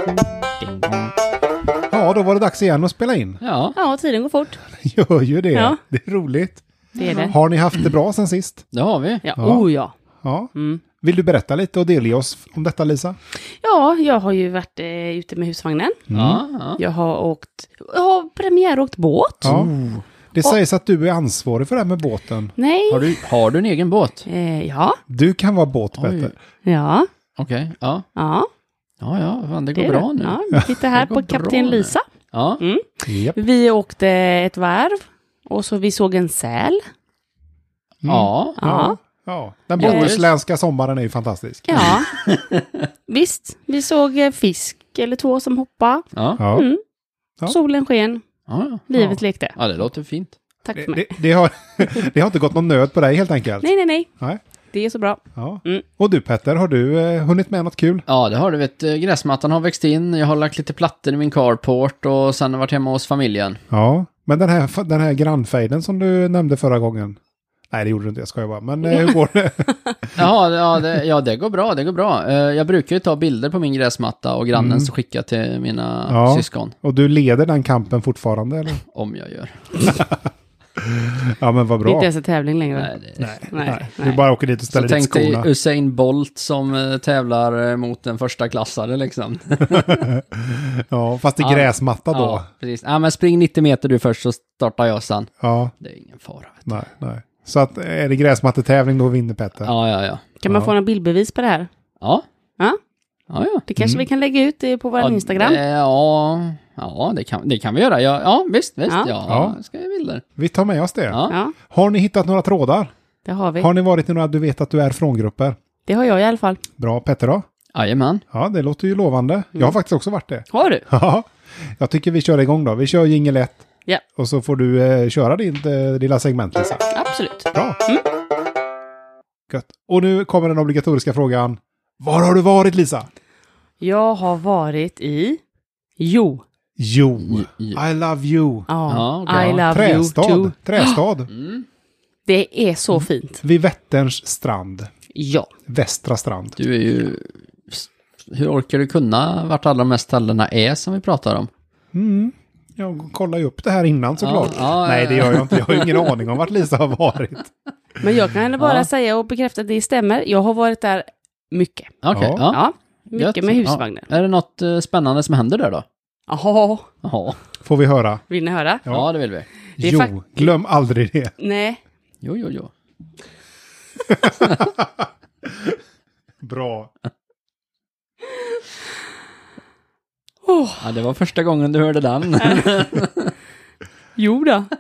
Ja, då var det dags igen att spela in. Ja, tiden går fort. Gör ju det. Ja. Det är roligt. Det är det. Har ni haft det bra sen sist? Det har vi. Ja, Ja. ja. Ja. Vill du berätta lite och delge oss om detta, Lisa? Ja, jag har ju varit ute med husvagnen. Ja. Jag har premiäråkt båt. Ja. Det sägs att du är ansvarig för det här med båten. Nej. Har du en egen båt? Ja. Du kan vara båtpetter. Ja. Okej, ja. Ja. Ja, fan, det går är bra det. nu. Ja, vi tittar här Det går på kapten bra nu. Lisa. Ja. Japp. Vi åkte ett varv och så vi såg en säl. Ja. Ja. Ja. Den bohuslänska sommaren är ju fantastisk. Ja. Visst, vi såg fisk eller två som hoppade. Ja. Ja. Ja. Solen sken, Ja. livet lekte. Ja, det låter fint. Tack för mig. Det har inte gått någon nöd på dig helt enkelt. Nej. Nej. Det är så bra. Ja. Mm. Och du Petter, har du hunnit med något kul? Ja, det har du. Gräsmattan har växt in. Jag har lagt lite plattor i min carport och sen har jag varit hemma hos familjen. Ja. Men den här grannfejden som du nämnde förra gången. Nej, det gjorde du inte, jag skojar bara. Men hur går det? Det går bra, det går bra. Jag brukar ju ta bilder på min gräsmatta och grannen så skickar till mina syskon. Och du leder den kampen fortfarande, eller? Om jag gör. Ja, men vad Det är bra. inte ens en tävling längre. Nej. Du bara åker dit och Så ställer dit tänk dig skorna. Usain Bolt som tävlar mot en första klassare liksom. Ja, fast i gräsmatta då. Ja, precis. Ja, men spring 90 meter du först så startar jag sen. Ja, Det är ingen fara. Vet du. nej. Så att är det gräsmattetävling då vinner Petter. Ja. Kan man få några bildbevis på det här? Ja. Ja, Ja. det kanske vi kan lägga ut det på vår Instagram. Det kan vi göra. Ja, visst. Ja. Ja, ska jag bilder. Vi tar med oss det. Ja. Ja, Har ni hittat några trådar? det har vi. Har ni varit i några du vet att du är frångrupper? Det har jag i alla fall. Bra, Petter då? Jajamän. Ja, det låter ju lovande. Jag har faktiskt också varit det. Har du? Ja, jag tycker vi kör igång då. Vi kör jingel 1. Ja, Och så får du köra ditt lilla segment, Lisa. absolut. Bra. Gött. Och nu kommer den obligatoriska frågan. Var har du varit, Lisa? Jag har varit i... Jo. I love you. Ja, okej. I love Trästad. you too. Trästad. Det är så fint. Vid Vätterns strand. Ja. Västra strand. Du är ju... Hur orkar du kunna vart alla de här ställena är som vi pratar om? Jag kollar ju upp det här innan såklart. Ja, Nej, det gör jag inte. Jag har ingen aning om vart Lisa har varit. Men jag kan bara säga och bekräfta att det stämmer. Jag har varit där mycket. Okej, Ja. Ja, mycket Gött. med husvagnen. Ja. Är det något spännande som händer där då? Jaha, Jaha. Får vi höra? vill ni höra? Ja, det vill vi. Det är Jo, glöm aldrig det. Nej. Jo. Bra. Ja, det var första gången du hörde den. Jo då.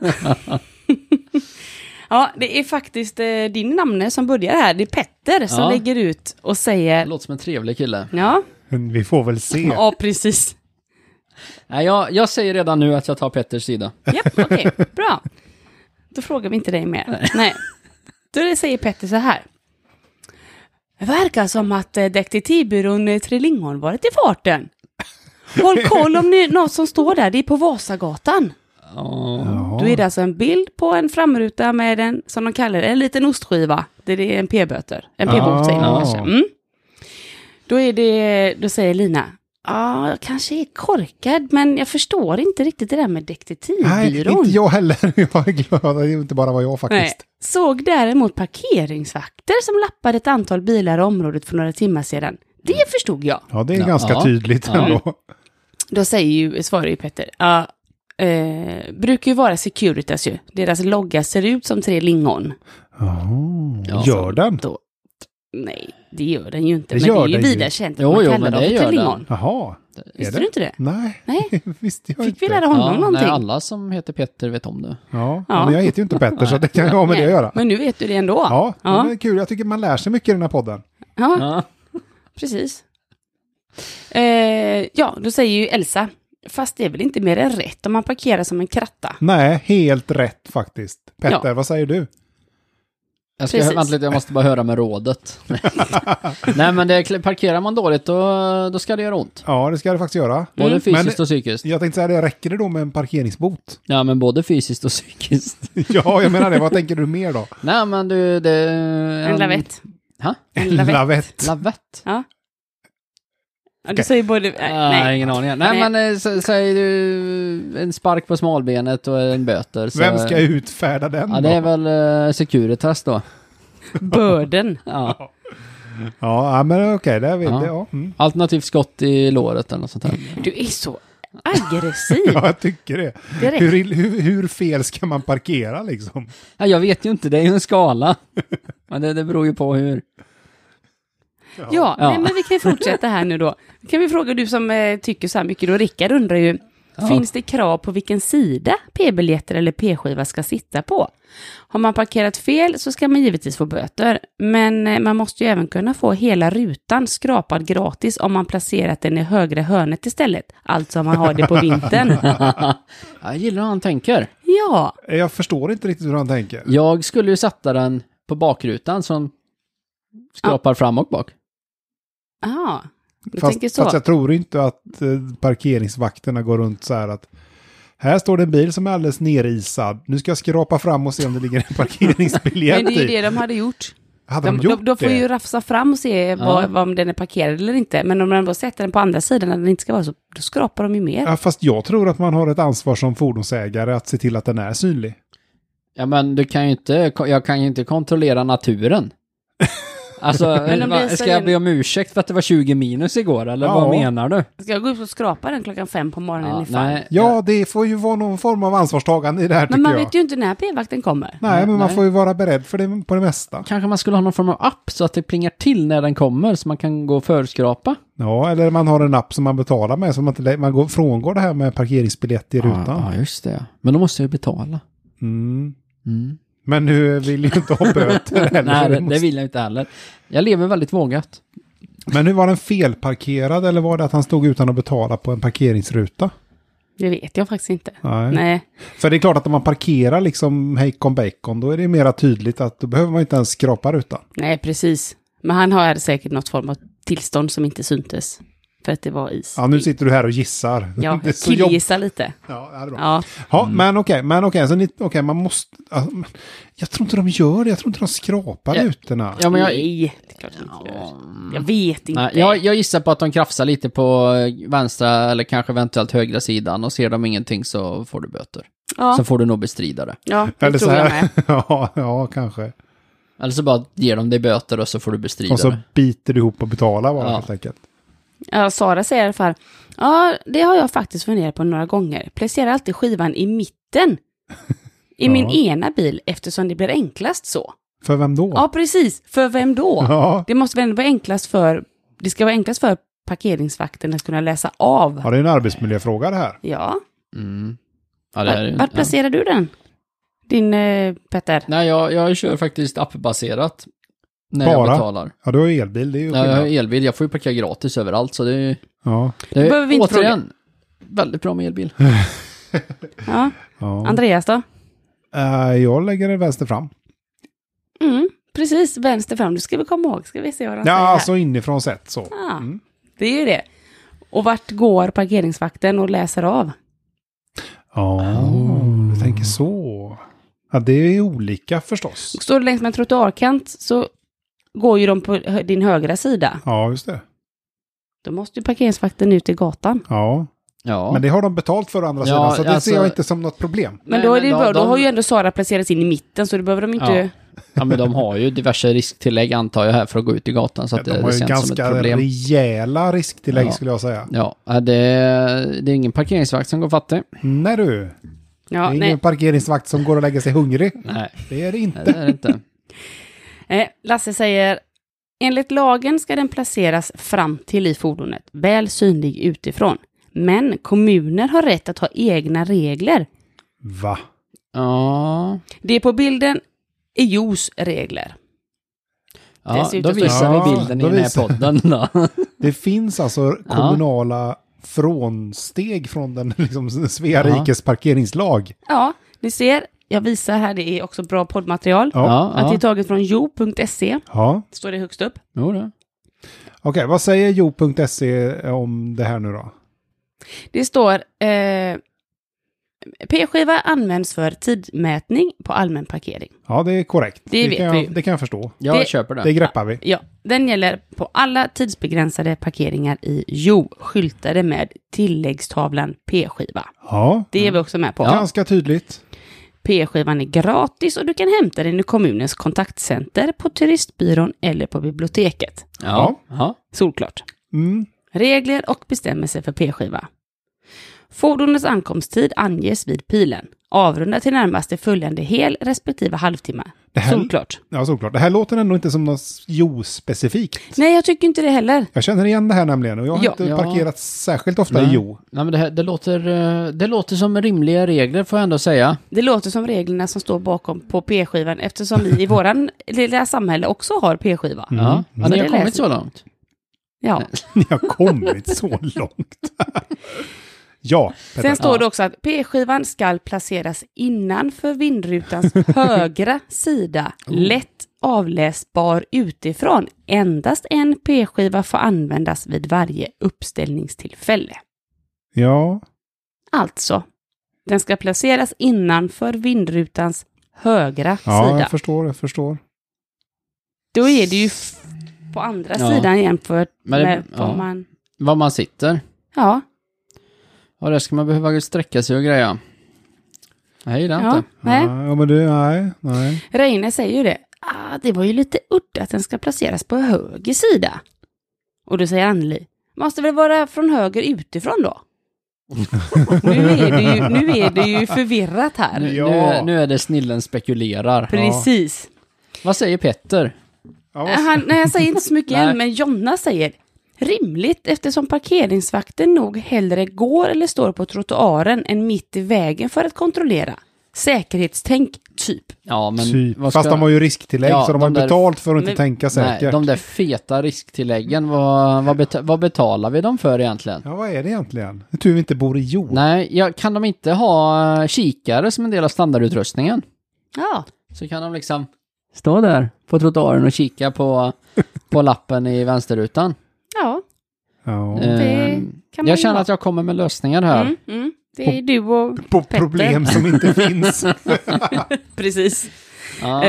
Ja, det är faktiskt din namne som börjar här. Det är Petter som lägger ut och Det säger... låter som en trevlig kille. Ja, Men vi får väl se. ja precis. Nej, jag säger redan nu att jag tar Petters sida. Japp, okej, bra. Då frågar vi inte dig mer. Nej. Då säger Petter så här. Det verkar som att detektivbyrån Trillinghorn varit i farten. Håll koll om det är något som står där. Det är på Vasagatan. Ja. Då är det alltså en bild på en framruta med en, som de kallar det, en liten ostskiva. Det är en p-böter. En p-bot säger man kanske. Då säger Lina. Ja, jag kanske är korkad, men jag förstår inte riktigt det där med detektivbyrån. Nej, inte jag heller. Jag är glad att det inte bara var jag faktiskt. Nej. Såg däremot parkeringsvakter som lappade ett antal bilar i området för några timmar sedan. Det förstod jag. Ja, det är ganska tydligt ändå. Då svarar ju Petter. Brukar ju vara Securitas ju. Deras logga ser ut som 3 lingon. Gör den? Nej, det gör den ju inte. Det Men gör det är ju den ju. vidare känt att Jo, man men kallar det dem gör för den. lingon. Jaha. Visste du inte det? Nej, Nej. visste jag Fick inte. vi lära honom någonting? Nej, alla som heter Petter vet om det. Ja, Ja. men jag heter ju inte Petter så det kan jag ha med det att göra. Men nu vet du det ändå. Ja, Ja. det är kul. Jag tycker man lär sig mycket i den här podden. Ja, Ja. precis. Då säger ju Elsa. Fast det är väl inte mer än rätt om man parkerar som en kratta. Nej, helt rätt faktiskt. Petter, Ja. vad säger du? Precis. Vänta lite, jag måste bara höra med rådet. Nej, men parkerar man dåligt då ska det göra ont. Ja, det ska det faktiskt göra. Både fysiskt Men och psykiskt. jag tänkte säga det, räcker det då med en parkeringsbot? Ja, men både fysiskt och psykiskt. Ja, jag menar det. Vad tänker du mer då? Nej, men det... En lavett. Ha? En lavett. Lavett. Lavett? Ja. Ja, du säger både... nej. Ingen aning. Nej, men säger du en spark på smalbenet och en böter. Så, vem ska utfärda den då? Ja, det är väl Securitas då. Börden. Ja. Ja, men okej, det vill det. Ja. Alternativt skott i låret eller något sånt här. Du är så aggressiv. Ja, jag tycker det. Hur fel ska man parkera liksom? Ja, jag vet ju inte, det är ju en skala. Men det beror ju på hur. Ja. Nej, men vi kan ju fortsätta här nu då. Kan vi fråga du som tycker så här mycket då. Rickard undrar ju, finns det krav på vilken sida p-biljetter eller p-skiva ska sitta på? Har man parkerat fel så ska man givetvis få böter. Men man måste ju även kunna få hela rutan skrapad gratis om man placerat den i högra hörnet istället. Alltså om man har det på vintern. Jag gillar hur han tänker. Ja. Jag förstår inte riktigt hur han tänker. Jag skulle ju sätta den på bakrutan som skrapar fram och bak. Ja, du tänker så. Fast jag tror inte att parkeringsvakterna går runt så här att här står det en bil som är alldeles nerisad. Nu ska jag skrapa fram och se om det ligger en parkeringsbiljett i. Men det är ju det de hade gjort. De får ju rafsa fram och se om den är parkerad eller inte. Men om de då sätter den på andra sidan när den inte ska vara så, då skrapar de ju mer. Ja, fast jag tror att man har ett ansvar som fordonsägare att se till att den är synlig. Ja, men jag kan ju inte kontrollera naturen. Alltså, ska jag be om ursäkt för att det var 20 minus igår? Eller vad menar du? Ska jag gå upp och skrapa den 5:00 på morgonen ifall? Nej, ja, det får ju vara någon form av ansvarstagande i det här, tycker jag. Men man vet ju inte när p-vakten kommer. Nej, men man får ju vara beredd för det på det mesta. Kanske man skulle ha någon form av app så att det plingar till när den kommer så man kan gå och förskrapa. Ja, eller man har en app som man betalar med så man frångår det här med parkeringsbiljett i rutan. Ja, just det. Men då måste jag ju betala. Men nu vill ju inte ha böter heller. Nej, det vill jag inte heller. Jag lever väldigt vågat. Men nu var den felparkerad eller var det att han stod utan att betala på en parkeringsruta? Det vet jag faktiskt inte. Nej. För det är klart att om man parkerar liksom hejkon bacon, då är det mera tydligt att då behöver man inte ens skrapa rutan. Nej, precis. Men han har säkert något form av tillstånd som inte syntes. För att det var is. Ja, nu sitter du här och gissar. Ja, killgissar lite. Ja, det är bra. Ja, men okej. Så man måste... Jag tror inte de gör det. Jag tror inte de skrapar rutorna. Ja, men Nej, det är klart de inte gör. Jag vet inte. Nej, jag gissar på att de krafsar lite på vänstra eller kanske eventuellt högra sidan och ser de ingenting så får du böter. Ja. Så får du nog bestrida det. Ja, det eller tror jag med. ja, kanske. Eller så bara ger de dig böter och så får du bestrida det. Och så biter du ihop och betalar bara helt enkelt. Ja, Sara säger i alla fall, ja, det har jag faktiskt funderat på några gånger. Placerar alltid skivan i mitten i min ena bil eftersom det blir enklast så. För vem då? Ja, precis. För vem då? Ja. Det måste väl vara enklast det ska vara enklast för parkeringsvakten att kunna läsa av. Ja, det är en arbetsmiljöfråga det här. Ja. Ja, det är, vart placerar du den? Din Petter? Nej, jag kör faktiskt appbaserat. När jag betalar. Ja, du har elbil. Det är ju jag har elbil. Jag får ju parkera gratis överallt. Så det är, det är återigen väldigt bra med elbil. Ja. Andreas då? Jag lägger det vänster fram. Precis, vänster fram. Du ska väl komma ihåg. Ska vi se vad de säger här. Alltså inifrån sett så. Ja, det är ju det. Och vart går parkeringsvakten och läser av? Jag tänker så. Ja, det är olika förstås. Står du längs med en trottoarkant så går ju de på din högra sida. Ja, just det. Då måste ju parkeringsvakten ut i gatan. Ja. Men det har de betalt för andra sidan, så det ser jag inte som något problem. Men då är det bra, då har ju ändå Sara placerats in i mitten, så det behöver de inte... Ja, men de har ju diverse risktillägg antar jag här för att gå ut i gatan, så att de har ju ganska rejäla risktillägg skulle jag säga. Ja, det är ingen parkeringsvakt som går fattig. Nej du. Det är ingen parkeringsvakt som går och lägger sig hungrig. Nej. Det är det inte. Det är det inte. Lasse säger, enligt lagen ska den placeras fram till i fordonet, väl synlig utifrån. Men kommuner har rätt att ha egna regler. Va? Ja. Det är på bilden EU:s regler. Ja, då visar vi bilden i den här podden då. Det finns alltså kommunala frånsteg från den liksom, Svea rikes parkeringslag. Ja, ni ser. Jag visar här, det är också bra poddmaterial. Att det är taget från jo.se. Ja. Står det högst upp. Okej, vad säger jo.se om det här nu då? Det står P-skiva används för tidmätning på allmän parkering. Ja, det är korrekt. Det kan jag förstå. Jag köper det. Det greppar vi. Ja, den gäller på alla tidsbegränsade parkeringar i skyltade med tilläggstavlan P-skiva. Ja. Det är vi också med på. Ganska tydligt. P-skivan är gratis och du kan hämta den i kommunens kontaktcenter, på turistbyrån eller på biblioteket. Ja. Solklart. Mm. Regler och bestämmelser för P-skiva. Fordonets ankomsttid anges vid pilen. Avrunda till närmaste följande hel respektive halvtimme. Solklart. Ja, såklart. Det här låter ändå inte som något specifikt. Nej, jag tycker inte det heller. Jag känner igen det här nämligen och jag har inte parkerat särskilt ofta i Jo. Nej, men det låter som rimliga regler får jag ändå säga. Det låter som reglerna som står bakom på P-skivan eftersom vi i våran lilla samhälle också har P-skiva. Ja, ni har kommit så långt. Ja. Ni har kommit så långt. Ja. Peter. Sen står det också att P-skivan ska placeras innanför vindrutans högra sida, lätt avläsbar utifrån. Endast en P-skiva får användas vid varje uppställningstillfälle. Ja. Alltså, den ska placeras innanför vindrutans högra sida. Ja, jag förstår. Då är det ju på andra sidan jämfört med var man sitter. Ja. Och där ska man behöva sträcka sig och greja. Nej, det är inte. Nej. Ja, men nej. Reine säger ju det. Det var ju lite udda att den ska placeras på höger sida. Och då säger Anneli, måste väl vara från höger utifrån då? nu är det ju förvirrat här. Nu är det snillen spekulerar. Precis. Ja. Vad säger Petter? Jag säger inte så mycket än, men Jonna säger rimligt eftersom parkeringsvakten nog hellre går eller står på trottoaren än mitt i vägen för att kontrollera. Säkerhetstänk, typ. Ja, men Fast de har ju risktillägg så de har betalt för att inte tänka säkert. Nej, de där feta risktilläggen, vad betalar vi dem för egentligen? Ja, vad är det egentligen? Det tur vi inte bor i jord. Nej, kan de inte ha kikare som en del av standardutrustningen? Ja. Så kan de liksom stå där på trottoaren och kika på lappen i vänsterrutan. Ja. Det kan man jag känner att jag kommer med lösningar här. Det är du och på Petter. Problem som inte finns. Precis. Ja.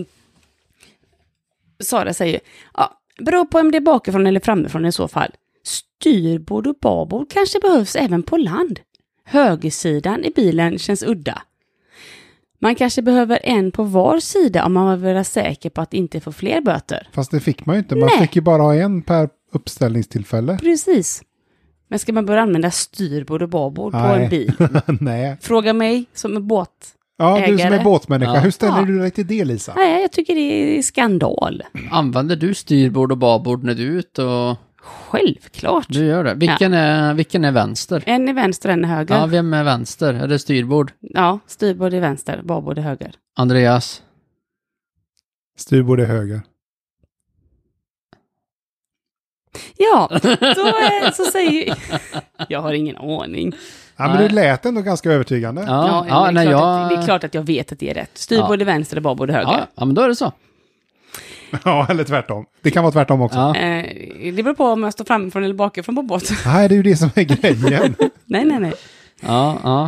Sara säger, beror på om det är bakifrån eller framifrån i så fall. Styrbord och babord kanske behövs även på land. Högersidan i bilen känns udda. Man kanske behöver en på var sida om man vill vara säker på att inte få fler böter. Fast det fick man ju inte. Man fick ju bara ha en per uppställningstillfälle. Precis. Men ska man börja använda styrbord och babord på en bil? Nej. Fråga mig som är båtägare. Ja, du som är båtmänniska. Hur ställer du dig till det, Lisa? Nej, jag tycker det är skandal. Använder du styrbord och babord när du är ute och... Självklart. Du gör det. Vilken är vänster? En är vänster, en är höger. Ja, vem är vänster? Är det styrbord? Ja, styrbord är vänster, babord är höger. Andreas? Styrbord är höger. Ja, så säger jag har ingen aning. Ja, men du lät ändå ganska övertygande. Det är klart att jag vet att det är rätt. Styrbord är vänster och babord är höger. Ja, men då är det så. Ja, eller tvärtom. Det kan vara tvärtom också. Ja. Det beror på om jag står framifrån eller bakifrån på båten. Nej, det är ju det som är grejen. Nej. Ja.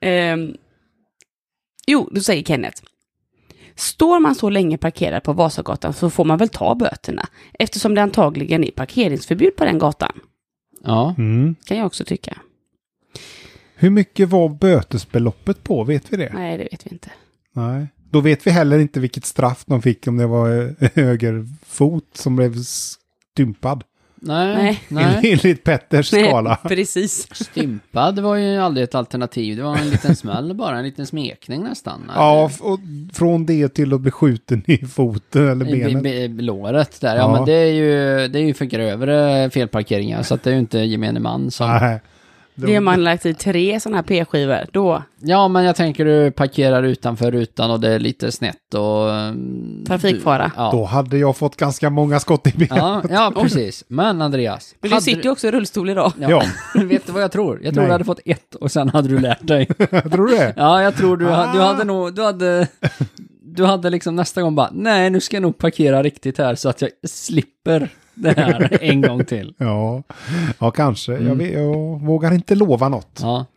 Jo, du säger Kenneth. Står man så länge parkerad på Vasagatan så får man väl ta böterna. Eftersom det antagligen är parkeringsförbud på den gatan. Ja. Kan jag också tycka. Hur mycket var bötesbeloppet på? Vet vi det? Nej, det vet vi inte. Nej. Då vet vi heller inte vilket straff de fick om det var högerfot som blev stympad. Nej. Enligt Petters skala. Nej, precis. Stympad var ju aldrig ett alternativ. Det var en liten smäll bara, en liten smekning nästan. Ja, och från det till att bli skjuten i foten eller benet. Låret där. Ja, men det är ju för grövre felparkeringar så att det är ju inte gemene man som... Nej. Det har man lagt i 3 sådana här p-skivor, då... Ja, men jag tänker du parkerar utanför rutan och det är lite snett och... Trafikfara. Då hade jag fått ganska många skott i benet. Ja, precis. Men Andreas... Men du sitter ju också i rullstol idag. Ja. Vet du vad jag tror? Jag tror du hade fått 1 och sen hade du lärt dig. Tror du det? Ja, jag tror du hade nog... Du hade liksom nästa gång bara, nej, nu ska jag nog parkera riktigt här så att jag slipper det här en gång till. Ja kanske. Jag vågar inte lova något. Ja.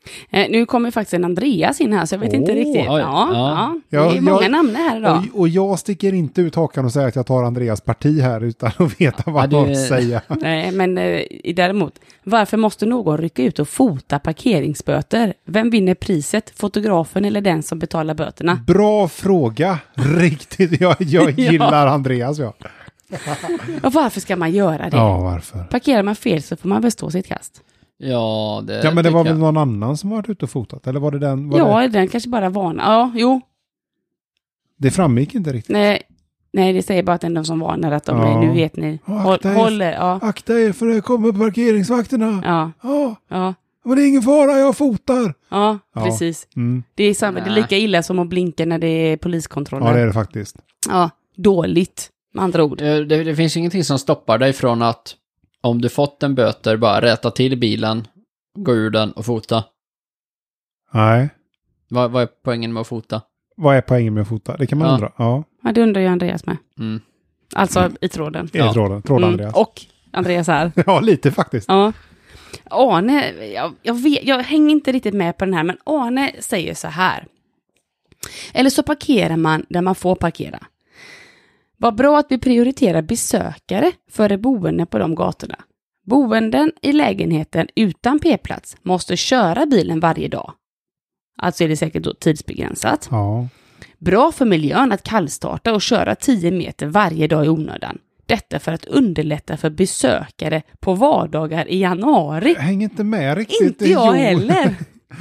Nu kommer faktiskt en Andreas in här, så jag vet inte riktigt. Oj. Det är många namn här idag. Och jag sticker inte ut hakan och säger att jag tar Andreas parti här utan att veta vad han säger. Nej, men däremot, varför måste någon rycka ut och fota parkeringsböter? Vem vinner priset? Fotografen eller den som betalar böterna? Bra fråga. Riktigt. Jag gillar Andreas, ja. Och varför ska man göra det? Ja, varför? Parkerar man fel så får man väl stå sitt kast. Ja, men det var väl någon annan som varit ute och fotat? Eller var det den? Den kanske bara varnar. Ja, jo. Det framgick inte riktigt. Nej, det säger bara att det är de som varnar att nu vet ni. Akta er för det kommer parkeringsvakterna. Ja. Men det är ingen fara, jag fotar. Ja, precis. Mm. Det är lika illa som att blinka när det är poliskontroller. Ja, det är det faktiskt. Ja, dåligt med andra ord. Det finns ingenting som stoppar dig från att om du fått en böter, bara rätta till bilen, gå ur den och fota. Nej. Vad är poängen med att fota? Vad är poängen med att fota? Det kan man undra. Ja, det undrar ju Andreas med. Mm. Alltså i tråden. I tråden Andreas. Och Andreas här. Ja, lite faktiskt. Ja. Arne, jag hänger inte riktigt med på den här, men Arne säger så här. Eller så parkerar man där man får parkera. Vad bra att vi prioriterar besökare före boende på de gatorna. Boenden i lägenheten utan p-plats måste köra bilen varje dag. Alltså är det säkert då tidsbegränsat. Ja. Bra för miljön att kallstarta och köra 10 meter varje dag i onödan. Detta för att underlätta för besökare på vardagar i januari. Jag hänger inte med riktigt. Inte jag heller.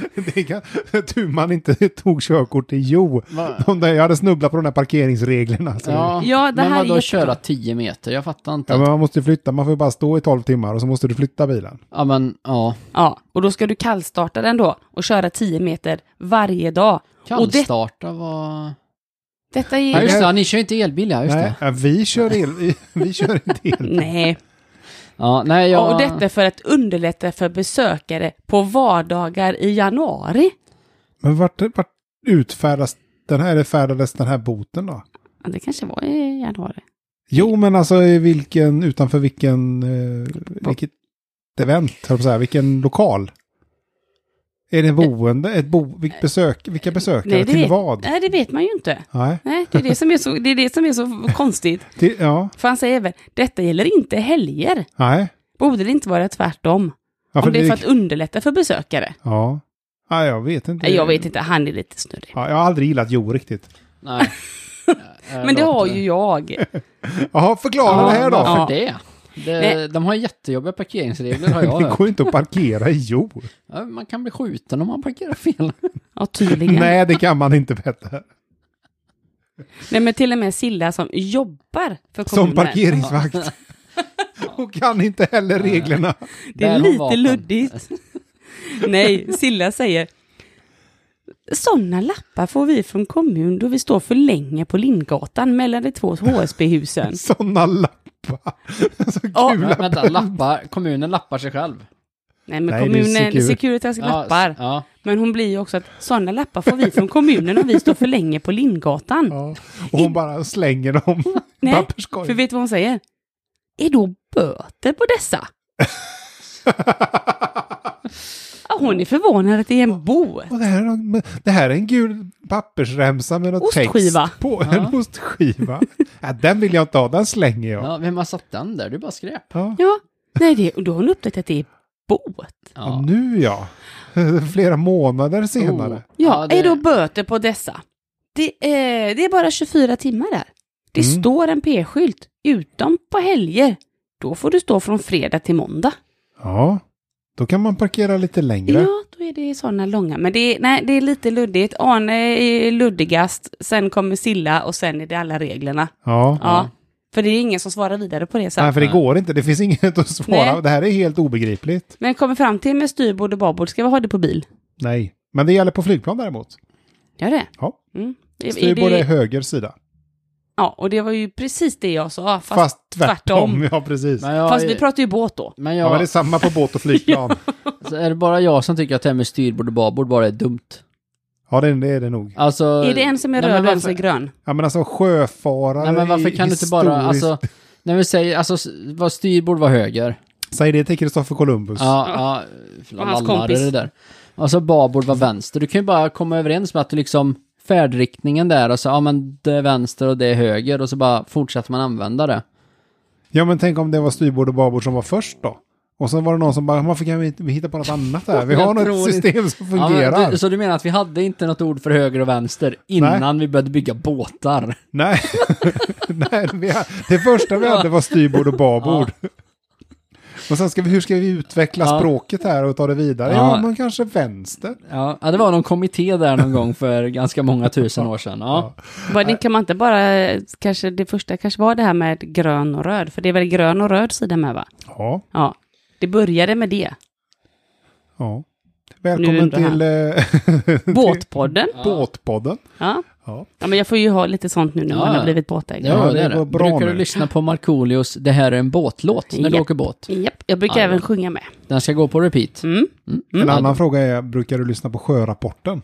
Tur man inte tog körkort i jag hade snubblat på de här parkeringsreglerna. Ja, det men här vadå köra 10 meter? Jag fattar inte. Ja, men man måste flytta. Man får bara stå i 12 timmar och så måste du flytta bilen. Ja, och då ska du kallstarta den då och köra 10 meter varje dag. Kallstarta var... Detta är... Ja, just det. Ni kör inte elbil, ja, just det. Nej, vi kör inte elbil. Nej. Ja, och detta för att underlätta för besökare på vardagar i januari. Men vart utfärdas den här, eller färdades den här boten då? Ja, det kanske var i januari. Jo, men alltså utanför vilket event, vilken lokal? Är det boende? Vilka besökare? Nej, till vad? Nej, det vet man ju inte. Nej, det är det som är så konstigt. För han säger väl, detta gäller inte helger. Nej. Borde det inte vara tvärtom? Om det är för att underlätta för besökare. Ja. Nej, jag vet inte. Jag vet inte, han är lite snurrig. Ja, jag har aldrig gillat riktigt. Nej. Men det har ju jag. Jaha, förklara det här då. För det. De har jättejobbiga parkeringsregler, har jag hört. Det går inte att parkera i jord. Ja, man kan bli skjuten om man parkerar fel. Ja, tydligen. Nej, det kan man inte veta. Nej, men till och med Silla som jobbar för kommunen. Som parkeringsvakt. Och kan inte heller reglerna. Det är lite luddigt. Nej, Silla säger: sådana lappar får vi från kommun då vi står för länge på Lindgatan mellan de 2 HSB-husen. Sådana lappar. Vänta, kommunen lappar sig själv. Nej, men kommunen, Securitas lappar. Ja. Men hon blir ju också att sådana lappar får vi från kommunen om vi står för länge på Lindgatan. Ja. Och hon bara slänger dem. Nej, för vet du vad hon säger? Är då böter på dessa? Hon är förvånad att det är en bot. Det här är en gul pappersremsa med något ostskiva. Text på. Ja. En ostskiva. Ja, den vill jag inte ha, den slänger jag. Ja, vem har satt den där? Du bara skräp. Ja. Nej, då har hon upptäckt att det är bot. Ja, nu ja. Flera månader senare. Är då böter på dessa? Det är bara 24 timmar där. Det står en p-skylt utom på helger. Då får du stå från fredag till måndag. Ja. Då kan man parkera lite längre. Ja, då är det sådana långa. Men det är lite luddigt. Arne är luddigast, sen kommer Silla och sen är det alla reglerna. Ja. För det är ingen som svarar vidare på det. Nej, för det går inte. Det finns inget att svara. Nej. Det här är helt obegripligt. Men kommer fram till med styrbord och babord, ska vi ha det på bil? Nej, men det gäller på flygplan däremot. Gör det? Ja. Styrbord är höger sida. Ja, och det var ju precis det jag sa. Fast tvärtom. Ja, precis. Fast vi pratar ju båt då. Men det är samma på båt och flygplan. Så är det bara jag som tycker att det här med styrbord och babord bara är dumt? Ja, det är det nog. Alltså, är det en som är röd och en som är grön? Ja, men alltså sjöfarare. Nej, men varför kan du inte bara... Alltså, när vi säger... Alltså, vad styrbord var höger. Säg det till Kristoffer Columbus. Ja, hans kompis. Det där. Och så babord var vänster. Du kan ju bara komma överens med att du liksom färdriktningen där och så, ja men det är vänster och det är höger och så bara fortsätter man använda det. Ja, men tänk om det var styrbord och babord som var först då. Och så var det någon som bara, varför kan vi hitta på något annat här? Vi har något system som fungerar. Ja, så du menar att vi hade inte något ord för höger och vänster innan vi började bygga båtar? Nej, Nej det första vi hade var styrbord och babord. Ja. Och sen hur ska vi utveckla språket här och ta det vidare? Ja, men kanske vänster. Ja, det var någon kommitté där någon gång för ganska många tusen år sedan. Ja. Kan man inte bara, kanske det första kanske var det här med grön och röd, för det är väl grön och röd sida med, va? Ja. Ja, det började med det. Ja. Välkommen till Båtpodden. Båtpodden. Ja. Ja, men jag får ju ha lite sånt nu när man har blivit båtägare. Ja, det är det. Brukar du lyssna på Markoolios Det här är en båtlåt när du åker båt? Japp, jag brukar även sjunga med. Den ska gå på repeat. En annan fråga är, brukar du lyssna på Sjörapporten?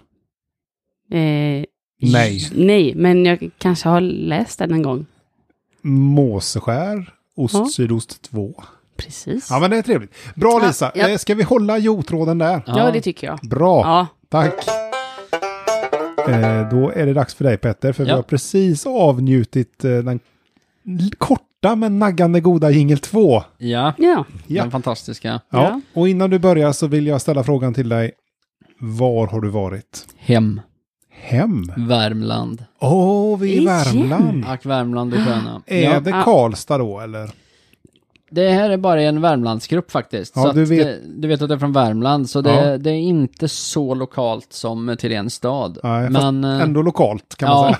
Nej, men jag kanske har läst den en gång. Måseskär, sydost 2. Precis. Ja, men det är trevligt. Bra, Lisa. Ja. Ska vi hålla jordtråden där? Ja, det tycker jag. Bra. Ja. Tack. Då är det dags för dig, Petter, för vi har precis avnjutit den korta men naggande goda jingle 2. Ja. Den fantastiska. Ja. Och innan du börjar så vill jag ställa frågan till dig. Var har du varit? Hem. Värmland. Vi är i Värmland. Och Värmland är sköna. Är det Karlstad då, eller? Det här är bara en Värmlandsgrupp faktiskt. Ja, så du vet... du vet att det är från Värmland. Så det är inte så lokalt som till en stad. Nej, men ändå lokalt kan man säga.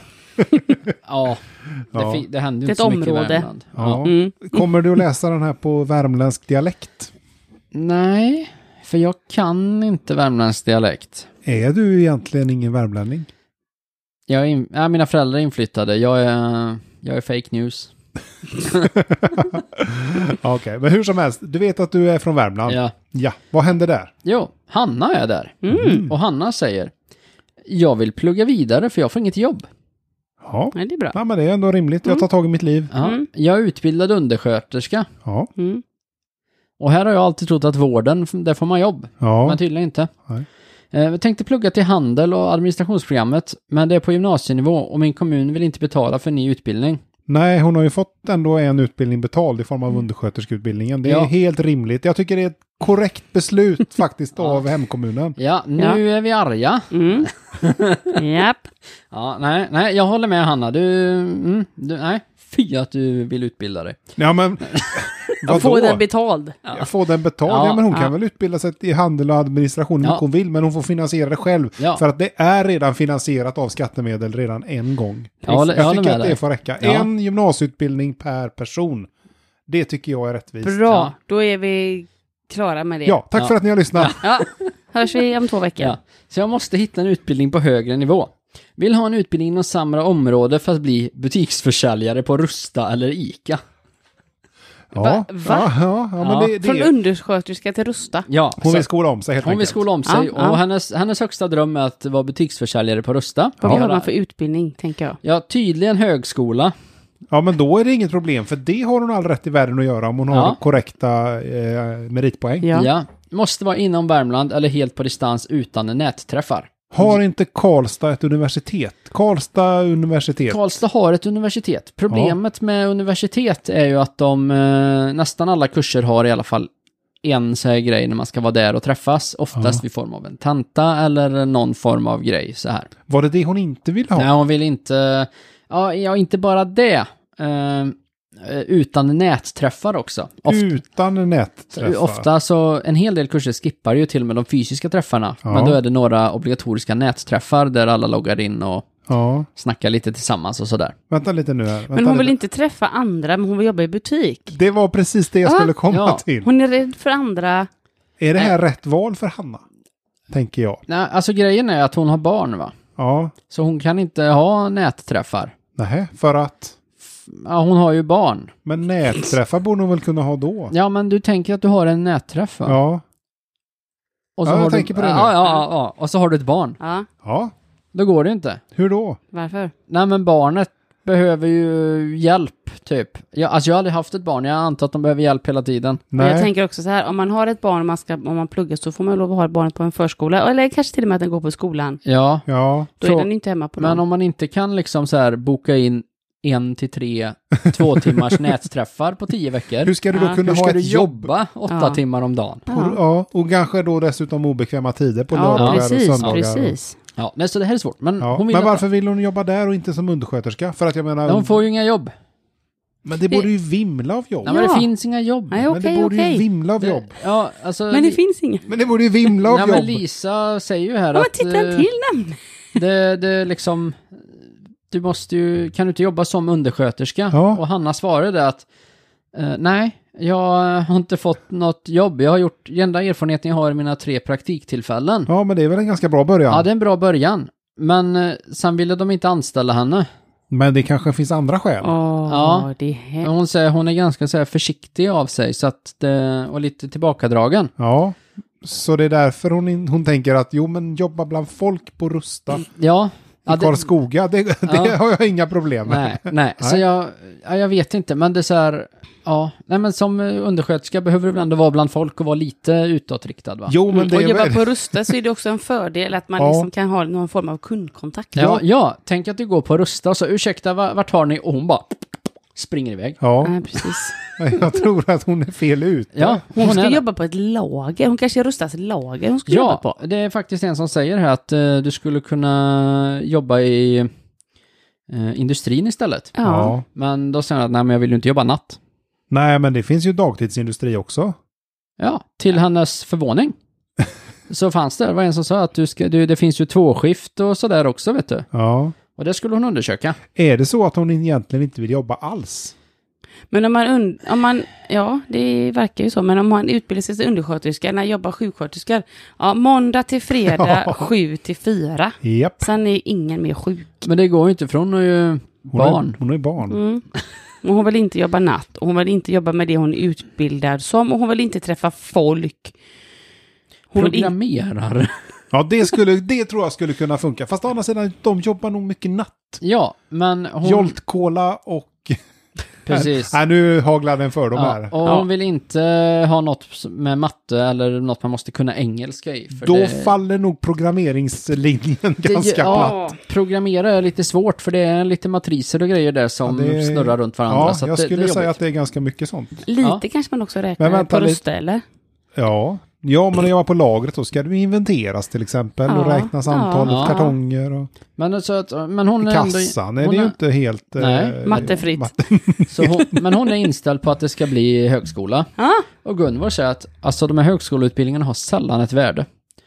Det händer inte så mycket i Värmland. Ja. Kommer du att läsa den här på värmländsk dialekt? Nej, för jag kan inte värmländsk dialekt. Är du egentligen ingen värmlänning? Mina föräldrar är inflyttade. Jag är fake news. Okej, men hur som helst, du vet att du är från Värmland. Ja, vad händer där? Jo, Hanna är där. Och Hanna säger, jag vill plugga vidare för jag får inget jobb. Ja, det är bra. Ja, men det är ändå rimligt. Jag tar tag i mitt liv. Jag är utbildad undersköterska. Ja. Och här har jag alltid trott att vården, där får man jobb. Ja. Men tydligen inte. Nej. Jag tänkte plugga till handel och administrationsprogrammet, men det är på gymnasienivå och min kommun vill inte betala för en ny utbildning. Nej, hon har ju fått ändå en utbildning betald i form av undersköterskeutbildningen. Det är helt rimligt. Jag tycker det är ett korrekt beslut faktiskt av hemkommunen. Ja, nu är vi arga. Japp. Ja, nej, jag håller med Hanna. Nej, fy att du vill utbilda dig. Ja, men jag får den betald. Jag får den betald, ja men hon kan väl utbilda sig i handel och administration hur hon vill, men hon får finansiera det själv. Ja. För att det är redan finansierat av skattemedel redan en gång. Jag tycker att det får räcka. Ja. En gymnasieutbildning per person. Det tycker jag är rättvist. Bra, då är vi klara med det. Ja, tack för att ni har lyssnat. Ja. Hörs vi om 2 veckor. Ja. Så jag måste hitta en utbildning på högre nivå. Vill ha en utbildning inom samma område för att bli butiksförsäljare på Rusta eller Ica. Va? Ja, men det från undersköterska till Rusta. Ja, hon vill skola om sig helt enkelt. Hon vill skola om sig och hennes högsta dröm är att vara butiksförsäljare på Rusta. Vad har man för utbildning, tänker jag? Ja, tydligen högskola. Ja, men då är det inget problem, för det har hon all rätt i världen att göra om hon har korrekta meritpoäng. Ja, måste vara inom Värmland eller helt på distans utan nätträffar. Har inte Karlstad ett universitet? Karlstad har ett universitet. Problemet med universitet är ju att de nästan alla kurser har i alla fall en så här grej när man ska vara där och träffas. Oftast vid form av en tenta eller någon form av grej så här. Var det hon inte ville ha? Nej, hon vill inte... Ja, inte bara det. Utan nätträffar också. Utan nätträffar? Ofta så, en hel del kurser skippar ju till och med de fysiska träffarna. Ja. Men då är det några obligatoriska nätträffar där alla loggar in och snackar lite tillsammans och sådär. Vänta lite nu här. Men hon vill inte träffa andra, men hon vill jobba i butik. Det var precis det jag skulle komma till. Hon är rädd för andra. Är det här rätt val för Hanna? Tänker jag. Nej, alltså grejen är att hon har barn, va? Ja. Så hon kan inte ha nätträffar. Nej, för att... Ja, hon har ju barn. Men nätträffar borde hon väl kunna ha då? Ja, men du tänker att du har en nätträff, va? Ja. Och så jag har tänker du... på det nu. Ja. Och så har du ett barn. Ja. Ja. Då går det inte. Hur då? Varför? Nej, men barnet behöver ju hjälp, typ. Jag har aldrig haft ett barn, jag antar att de behöver hjälp hela tiden. Nej. Jag tänker också så här, om man har ett barn om man pluggar så får man lov att ha barnet på en förskola, eller kanske till och med att den går på skolan. Ja. Då är den inte hemma på Men om man inte kan liksom så här boka in 1 till 3 2 timmars nätträffar på 10 veckor. Hur ska du då kunna ha ett jobba 8 timmar om dagen? Och kanske då dessutom obekväma tider på lördagar och söndagar. Precis. Ja, så det här är svårt. Men, men varför vill hon jobba där och inte som undersköterska? För att jag menar... Hon får ju inga jobb. Men det borde ju vimla av jobb. Nej, men det finns inga jobb. Nej, men det borde ju vimla av jobb. Ja, alltså, men det finns inga. Men det borde ju vimla av jobb. Men Lisa säger ju här att... titta till namn. Det liksom... Du måste ju... Kan du inte jobba som undersköterska? Ja. Och Hanna svarade att... nej, jag har inte fått något jobb. Jag har gjort... Den enda erfarenheten jag har i mina 3 praktiktillfällen. Ja, men det är väl en ganska bra början. Ja, det är en bra början. Men sen ville de inte anställa henne. Men det kanske finns andra skäl. Hon säger hon är ganska så här försiktig av sig så att och lite tillbakadragen. Ja, så det är därför hon tänker att men jobba bland folk på Rusta. Ja. I Karlskoga, det har jag inga problem med. Nej. Så jag vet inte, men det är så här, men som undersköterska behöver du ibland vara bland folk och vara lite utåtriktad, va? Jo, men det och jobba på Rusta så är det också en fördel att man liksom kan ha någon form av kundkontakt. Ja, tänk att du går på Rusta och så ursäkta, vart har ni? Och hon bara springer iväg. Ja, precis. Jag tror att hon är fel ut. Ja, hon ska jobba på ett lager. Hon kanske Rustas lager hon ska jobba på. Ja, det är faktiskt en som säger här att du skulle kunna jobba i industrin istället. Ja. Men då säger hon att nej, men jag vill ju inte jobba natt. Nej, men det finns ju dagtidsindustri också. Ja, till hennes förvåning. Så fanns det var en som sa att det finns ju 2-skift och sådär också, vet du. Ja. Och det skulle hon undersöka. Är det så att hon egentligen inte vill jobba alls? Men om man det verkar ju så, men om man utbildar sig till undersköterska, när jag jobbar sjuksköterskor, måndag till fredag 7 till 4. Japp. Sen är ingen mer sjuk. Men det går ju inte, för hon är ju barn. Hon är barn. Mm. Och hon vill inte jobba natt, och hon vill inte jobba med det hon är utbildad som, och hon vill inte träffa folk. Programmerare. Ja, det tror jag skulle kunna funka. Fast å andra sidan, de jobbar nog mycket natt. Ja, men hon... Joltkola och... Precis. Nej, nu haglar den för dem här. Och hon vill inte ha något med matte eller något man måste kunna engelska i. För då faller nog programmeringslinjen ganska platt. Programmera är lite svårt, för det är lite matriser och grejer där som snurrar runt varandra. Ja, så jag skulle säga att det är ganska mycket sånt. Lite kanske man också räknar på Rusta, eller? Ja, men när jag var på lagret så ska det inventeras till exempel och räknas antalet kartonger. Och men hon är kassan är det ju inte helt... mattefritt. Men hon är inställd på att det ska bli högskola. Och Gunvor säger att alltså, de här högskoleutbildningarna har sällan ett värde.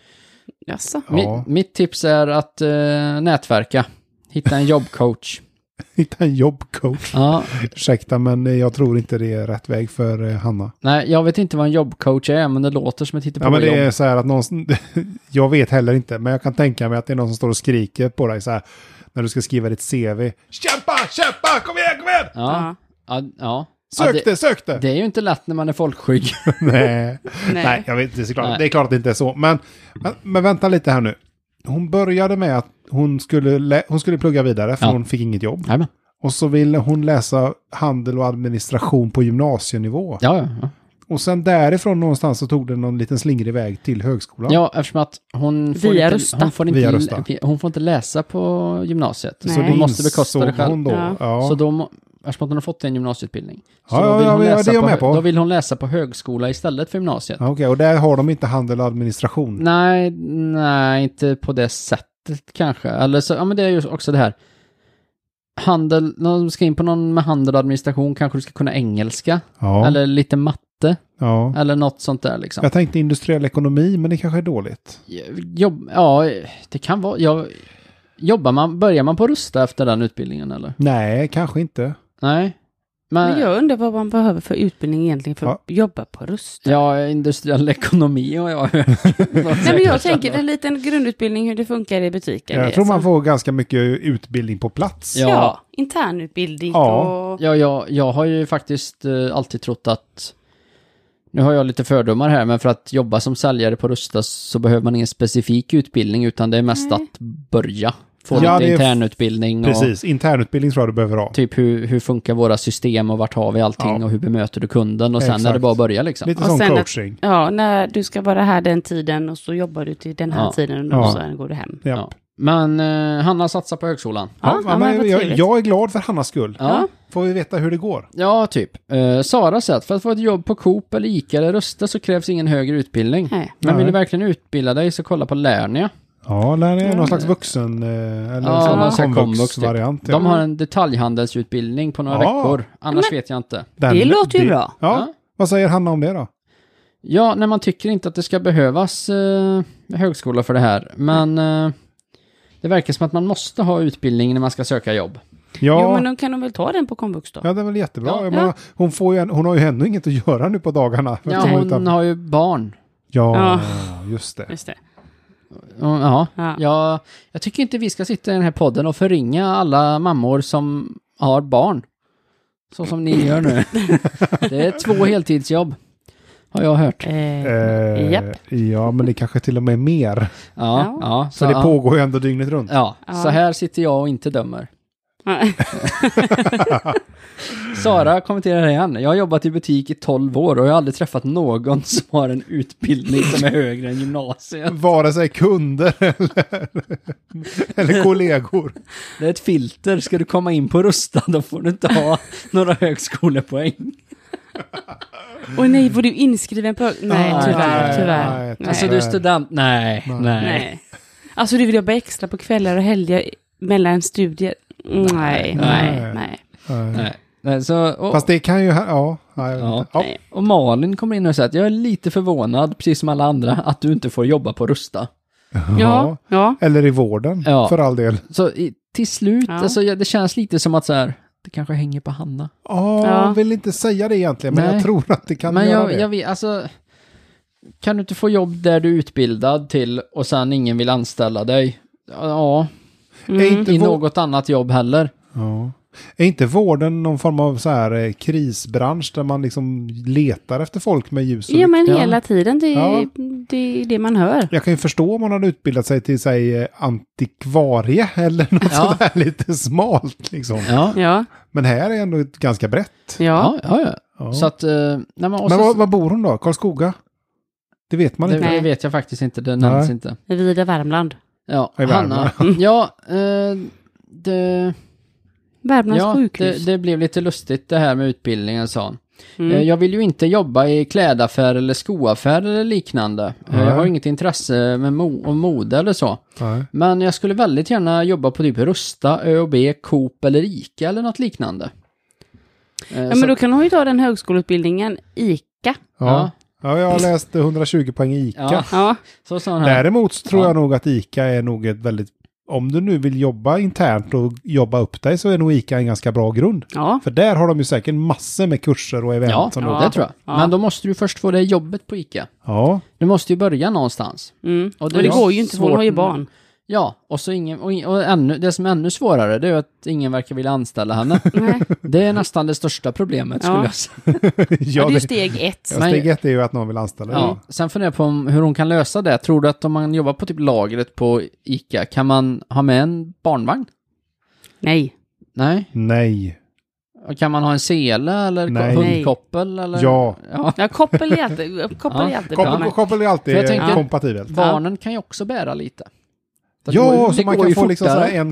Jaså? Mitt tips är att nätverka. Hitta en jobbcoach. Hitta en jobbcoach. Ja. Ursäkta, men jag tror inte det är rätt väg för Hanna. Nej, jag vet inte vad en jobbcoach är, men det låter som ett hittepå. Ja, men det är så här att någon... jag vet heller inte, men jag kan tänka mig att det är någon som står och skriker på dig så här när du ska skriva ditt CV. Kämpa! Kom igen! Ja. Sök det! Det är ju inte lätt när man är folkskygg. Nej, jag vet inte såklart. Det är klart att det inte är så. Men vänta lite här nu. Hon började med att hon skulle plugga vidare för hon fick inget jobb. Amen. Och så ville hon läsa handel och administration på gymnasienivå. Ja. Och sen därifrån någonstans så tog det någon liten slingrig väg till högskolan. Ja, eftersom att hon får inte läsa på gymnasiet. Nej. Så hon måste bekosta det själv. Hon då. Ja. Så då, eftersom att hon har fått en gymnasieutbildning. Så då vill hon läsa på högskola istället för gymnasiet. Okej, och där har de inte handel och administration? Nej, inte på det sättet kanske. Eller så, men det är ju också det här. Handel, när du ska in på någon med handel och administration kanske du ska kunna engelska. Ja. Eller lite matte. Ja. Eller något sånt där liksom. Jag tänkte industriell ekonomi, men det kanske är dåligt. Det kan vara. Börjar man på Rusta efter den utbildningen eller? Nej, kanske inte. Nej. Men jag undrar vad man behöver för utbildning egentligen för att jobba på Rusta. Ja, industriell ekonomi och Nej, men jag tänker en liten grundutbildning hur det funkar i butiken. Jag tror man får ganska mycket utbildning på plats. Ja, internutbildning. Ja. Jag har ju faktiskt alltid trott att, nu har jag lite fördomar här, men för att jobba som säljare på Rusta så behöver man ingen specifik utbildning utan det är mest att börja. Få lite internutbildning. Precis, internutbildning tror jag du behöver ha. Typ hur funkar våra system och vart har vi allting och hur bemöter du kunden och sen är det bara att börja liksom. Lite som coaching. När du ska vara här den tiden och så jobbar du till den här tiden och så går du hem. Ja. Men Hanna satsar på högskolan. Men jag är glad för Hannas skull. Ja. Får vi veta hur det går? Ja, typ. Sara säger att för att få ett jobb på Coop eller Ica eller Rusta så krävs ingen högre utbildning. Men vill du verkligen utbilda dig så kolla på Lernia. Ja, Lernia är någon slags vuxen eller komvux-variant. Ja. De har en detaljhandelsutbildning på några veckor. Annars vet jag inte. Det låter ju bra. Ja. Vad säger Hanna om det då? Ja, när man tycker inte att det ska behövas högskola för det här. Men det verkar som att man måste ha utbildning när man ska söka jobb. Ja. Jo, men då kan de väl ta den på komvux då? Ja, det är väl jättebra. Ja. Hon har ju ändå inget att göra nu på dagarna. Ja, hon har ju barn. Ja, just det. Just det. Ja. Jag tycker inte vi ska sitta i den här podden och förringa alla mammor som har barn. Så som ni gör nu. Det är 2 heltidsjobb. Har jag hört. Ja, men det kanske till och med mer. Ja. Så det pågår ju ändå dygnet runt. Ja, så här sitter jag och inte dömer. Sara kommenterar igen. Jag har jobbat i butik i 12 år och jag har aldrig träffat någon som har en utbildning som är högre än gymnasiet. Vare sig kunder eller kollegor. Det är ett filter. Ska du komma in på Rusta då får du inte ha några högskolepoäng. Och nej, var du inskriven på... Nej, tyvärr. Alltså du är student? Nej. Alltså du vill jobba extra på kvällar och helger mellan studier? Nej. Så, fast det kan ju... Och Malin kommer in och säger att jag är lite förvånad, precis som alla andra, att du inte får jobba på Rusta. Ja. Eller i vården, för all del. Så till slut, alltså, det känns lite som att så här, det kanske hänger på Hanna. Jag vill inte säga det egentligen, men jag tror att det kan göra det. Jag vet, alltså, kan du inte få jobb där du är utbildad till och sen ingen vill anställa dig? Ja. I något annat jobb heller. Ja. Är inte vården någon form av så här krisbransch där man liksom letar efter folk med ljus och ja, men hela tiden. Det är det man hör. Jag kan ju förstå om man hade utbildat sig till antikvarie eller något sådär lite smalt liksom. Ja. Men här är ändå ganska brett. Ja. Så att, men var bor hon då? Karlskoga? Det vet man inte. Det vet jag faktiskt inte. Det nämns inte. Vida Värmland. Ja, Hanna. Värmlands sjukhus. Det blev lite lustigt det här med utbildningen, sa han. Jag vill ju inte jobba i klädaffär eller skoaffär eller liknande. Jag har inget intresse med mode eller så. Men jag skulle väldigt gärna jobba på typ Rusta, ÖoB, Coop eller Ica eller något liknande. Men då kan hon ju ta den högskoleutbildningen Ica. Ja, jag har läst 120 poäng i Ica. Ja. Så sa han här. Däremot tror jag nog att Ica är nog ett väldigt... Om du nu vill jobba internt och jobba upp dig så är nog Ica en ganska bra grund. Ja. För där har de ju säkert massor med kurser och event. Ja, det tror jag. Ja. Men då måste du först få det jobbet på Ica. Ja. Du måste ju börja någonstans. Och det går ju inte, för hon har ju barn. Ja, och så det som är ännu svårare, det är att ingen verkar vilja anställa henne. Det är nästan det största problemet, skulle jag säga. Det är ju steg 1. Steg 1 är ju att någon vill anställa. Ja. Sen funderar jag på hur hon kan lösa det. Tror du att om man jobbar på typ lagret på Ica, kan man ha med en barnvagn? Nej. Kan man ha en sele eller hundkoppel? Eller? Ja, koppel är alltid koppel är alltid kompatibelt. Barnen kan ju också bära lite. Ja, så man kan få liksom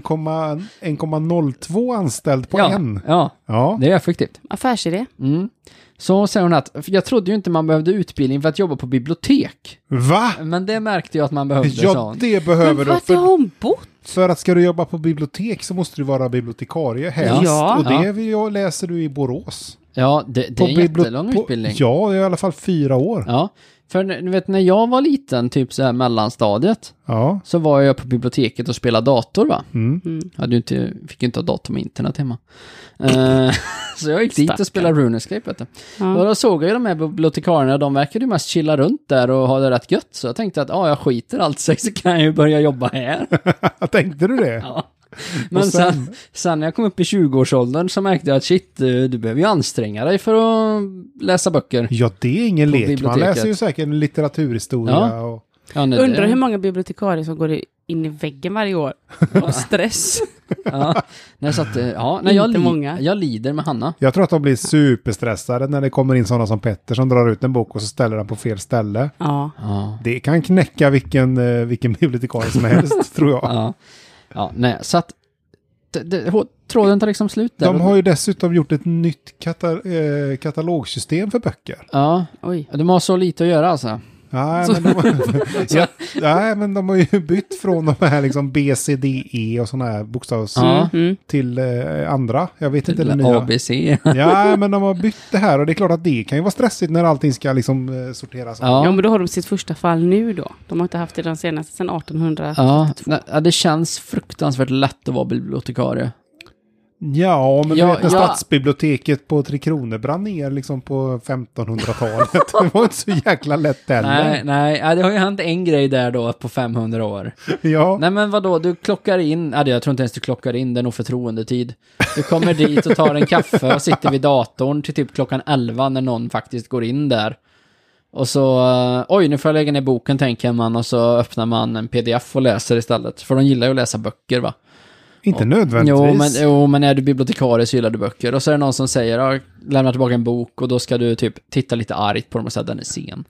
1,02 anställd på en. Ja, det är effektivt. Affärsidé. Så säger hon att, jag trodde ju inte man behövde utbildning för att jobba på bibliotek. Va? Men det märkte jag att man behövde, Ja, det behöver du. Men vart har hon bott? För att ska du jobba på bibliotek så måste du vara bibliotekarie helst. Ja. Och det läser du i Borås. Ja, det är en jättelång utbildning. Ja, det är i alla fall 4 år. Ja, för du vet, när jag var liten, typ så här mellanstadiet, så var jag på biblioteket och spelade dator, va? Fick inte ha dator med internet hemma. Så jag gick dit och spelade RuneScape, vet du. Och då såg jag ju de här bibliotekarierna, de verkade ju mest chilla runt där och ha det rätt gött. Så jag tänkte att jag skiter allt sig så kan jag ju börja jobba här. Tänkte du det? Ja. Men sen när jag kom upp i 20-årsåldern så märkte jag att du behöver ju anstränga dig för att läsa böcker. Ja, det är ingen lek. Man läser ju säkert litteraturhistoria. Ja, undrar hur många bibliotekarier som går in i väggen varje år av stress. Jag lider med Hanna. Jag tror att de blir superstressade när det kommer in sådana som Petter som drar ut en bok och så ställer den på fel ställe. Ja. Det kan knäcka vilken bibliotekarie som helst, tror jag. Så att tråden tar liksom slut där. De har ju dessutom gjort ett nytt katalogsystem för böcker. Ja, de har så lite att göra alltså. Nej, men de har ju bytt från de här liksom B, C, D, E och sådana här bokstavs till andra. Jag vet inte det nya. ABC. Ja, men de har bytt det här och det är klart att det kan ju vara stressigt när allting ska liksom sorteras. Ja, men då har de sitt första fall nu då. De har inte haft det den senaste sedan 1832. Ja, det känns fruktansvärt lätt att vara bibliotekarie. Ja, men när stadsbiblioteket på 3 kronor brann ner liksom på 1500-talet. Det var inte så jäkla lätt heller. Nej, det har ju hänt en grej där då på 500 år. Ja. Nej, men vadå, du klockar in, jag tror inte ens du klockar in, det är nog förtroendetid. Du kommer dit och tar en kaffe och sitter vid datorn till typ klockan 11 när någon faktiskt går in där. Och så, nu får jag lägga ner boken, tänker man, och så öppnar man en pdf och läser istället. För de gillar ju att läsa böcker, va? Inte nödvändigtvis. Jo, men är du bibliotekarie så gillar du böcker. Och så är det någon som säger, lämna tillbaka en bok och då ska du typ titta lite argt på dem och säga den är sen.